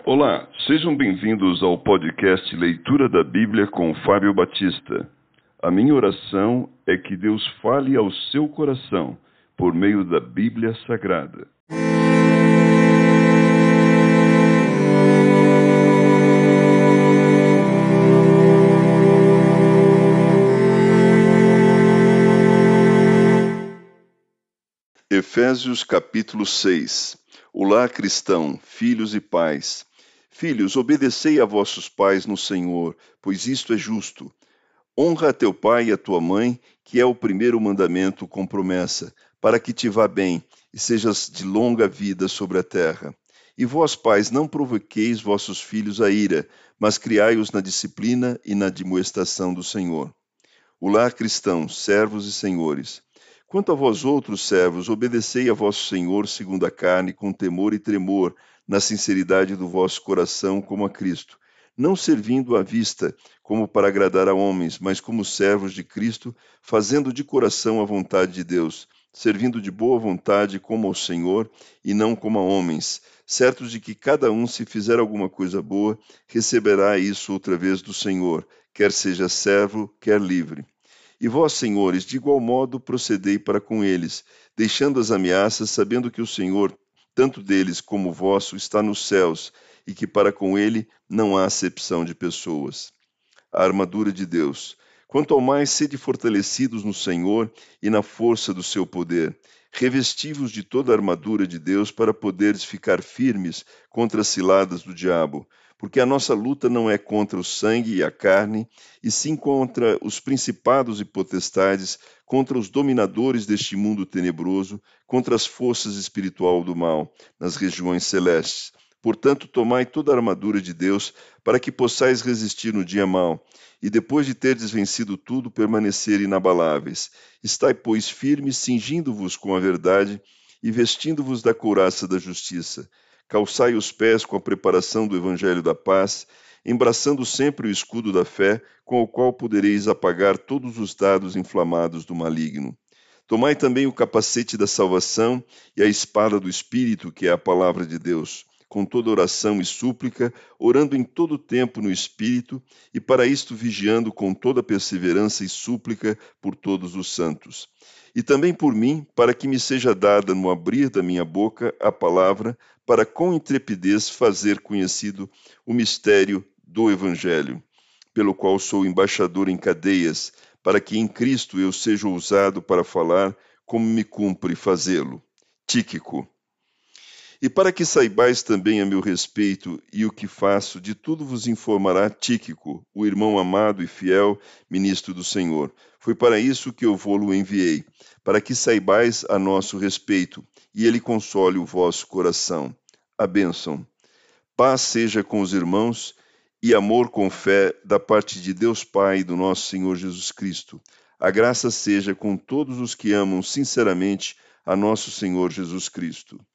Olá, sejam bem-vindos ao podcast Leitura da Bíblia com Fábio Batista. A minha oração é que Deus fale ao seu coração por meio da Bíblia Sagrada. Efésios capítulo 6. Olá, cristão, filhos e pais. Filhos, obedecei a vossos pais no Senhor, pois isto é justo. Honra a teu pai e a tua mãe, que é o primeiro mandamento com promessa, para que te vá bem e sejas de longa vida sobre a terra. E vós, pais, não provoqueis vossos filhos a ira, mas criai-os na disciplina e na admoestação do Senhor. Olá, cristãos, servos e senhores. Quanto a vós outros servos, obedecei a vosso Senhor segundo a carne, com temor e tremor, na sinceridade do vosso coração, como a Cristo, não servindo à vista, como para agradar a homens, mas como servos de Cristo, fazendo de coração a vontade de Deus, servindo de boa vontade como ao Senhor e não como a homens, certos de que cada um, se fizer alguma coisa boa, receberá isso outra vez do Senhor, quer seja servo, quer livre. E vós, senhores, de igual modo procedei para com eles, deixando as ameaças, sabendo que o Senhor, tanto deles como vosso, está nos céus, e que para com ele não há acepção de pessoas. A armadura de Deus. Quanto ao mais, sede fortalecidos no Senhor e na força do seu poder. Revesti-vos de toda a armadura de Deus para poderes ficar firmes contra as ciladas do diabo. Porque a nossa luta não é contra o sangue e a carne, e sim contra os principados e potestades, contra os dominadores deste mundo tenebroso, contra as forças espirituais do mal, nas regiões celestes. Portanto, tomai toda a armadura de Deus, para que possais resistir no dia mau, e depois de terdes vencido tudo, permanecer inabaláveis. Estai, pois, firmes, cingindo-vos com a verdade, e vestindo-vos da couraça da justiça. Calçai os pés com a preparação do evangelho da paz, embraçando sempre o escudo da fé, com o qual podereis apagar todos os dardos inflamados do maligno. Tomai também o capacete da salvação e a espada do Espírito, que é a palavra de Deus, com toda oração e súplica, orando em todo tempo no Espírito, e para isto vigiando com toda perseverança e súplica por todos os santos. E também por mim, para que me seja dada no abrir da minha boca a palavra, para com intrepidez fazer conhecido o mistério do Evangelho, pelo qual sou embaixador em cadeias, para que em Cristo eu seja ousado para falar como me cumpre fazê-lo. Tíquico. E para que saibais também a meu respeito e o que faço, de tudo vos informará Tíquico, o irmão amado e fiel, ministro do Senhor. Foi para isso que eu vô-lo enviei, para que saibais a nosso respeito, e ele console o vosso coração. A bênção. Paz seja com os irmãos e amor com fé da parte de Deus Pai e do nosso Senhor Jesus Cristo. A graça seja com todos os que amam sinceramente a nosso Senhor Jesus Cristo.